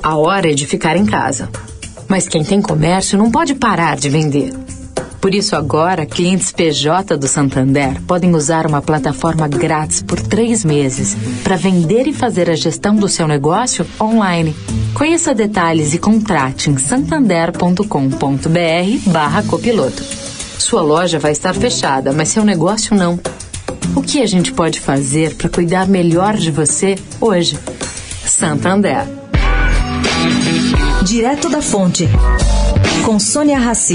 A hora é de ficar em casa. Mas quem tem comércio não pode parar de vender. Por isso agora, clientes PJ do Santander podem usar uma plataforma grátis por 3 meses para vender e fazer a gestão do seu negócio online. Conheça detalhes e contrate em santander.com.br/copiloto. Sua loja vai estar fechada, mas seu negócio não. O que a gente pode fazer para cuidar melhor de você hoje? Santander. Direto da Fonte, com Sônia Rassi.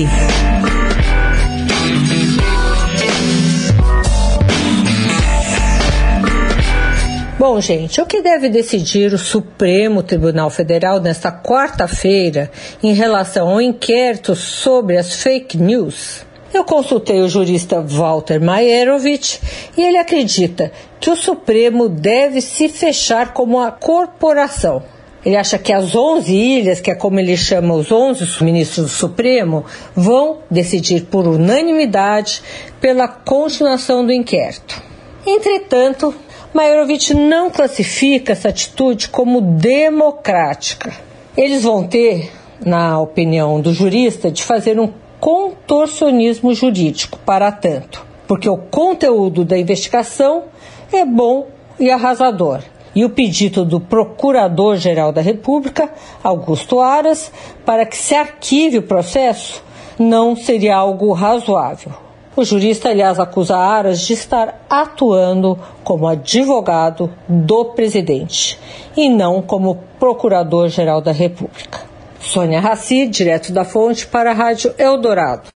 Bom, gente, o que deve decidir o Supremo Tribunal Federal nesta quarta-feira em relação ao inquérito sobre as fake news? Eu consultei o jurista Walter Maierovitch e ele acredita que o Supremo deve se fechar como uma corporação. Ele acha que as 11 ilhas, que é como ele chama os 11 ministros do Supremo, vão decidir por unanimidade pela continuação do inquérito. Entretanto, Maierovitch não classifica essa atitude como democrática. Eles vão ter, na opinião do jurista, de fazer um contorcionismo jurídico para tanto, porque o conteúdo da investigação é bom e arrasador. E o pedido do Procurador-Geral da República, Augusto Aras, para que se arquive o processo, não seria algo razoável. O jurista, aliás, acusa Aras de estar atuando como advogado do presidente e não como Procurador-Geral da República. Sônia Rassi, direto da Fonte, para a Rádio Eldorado.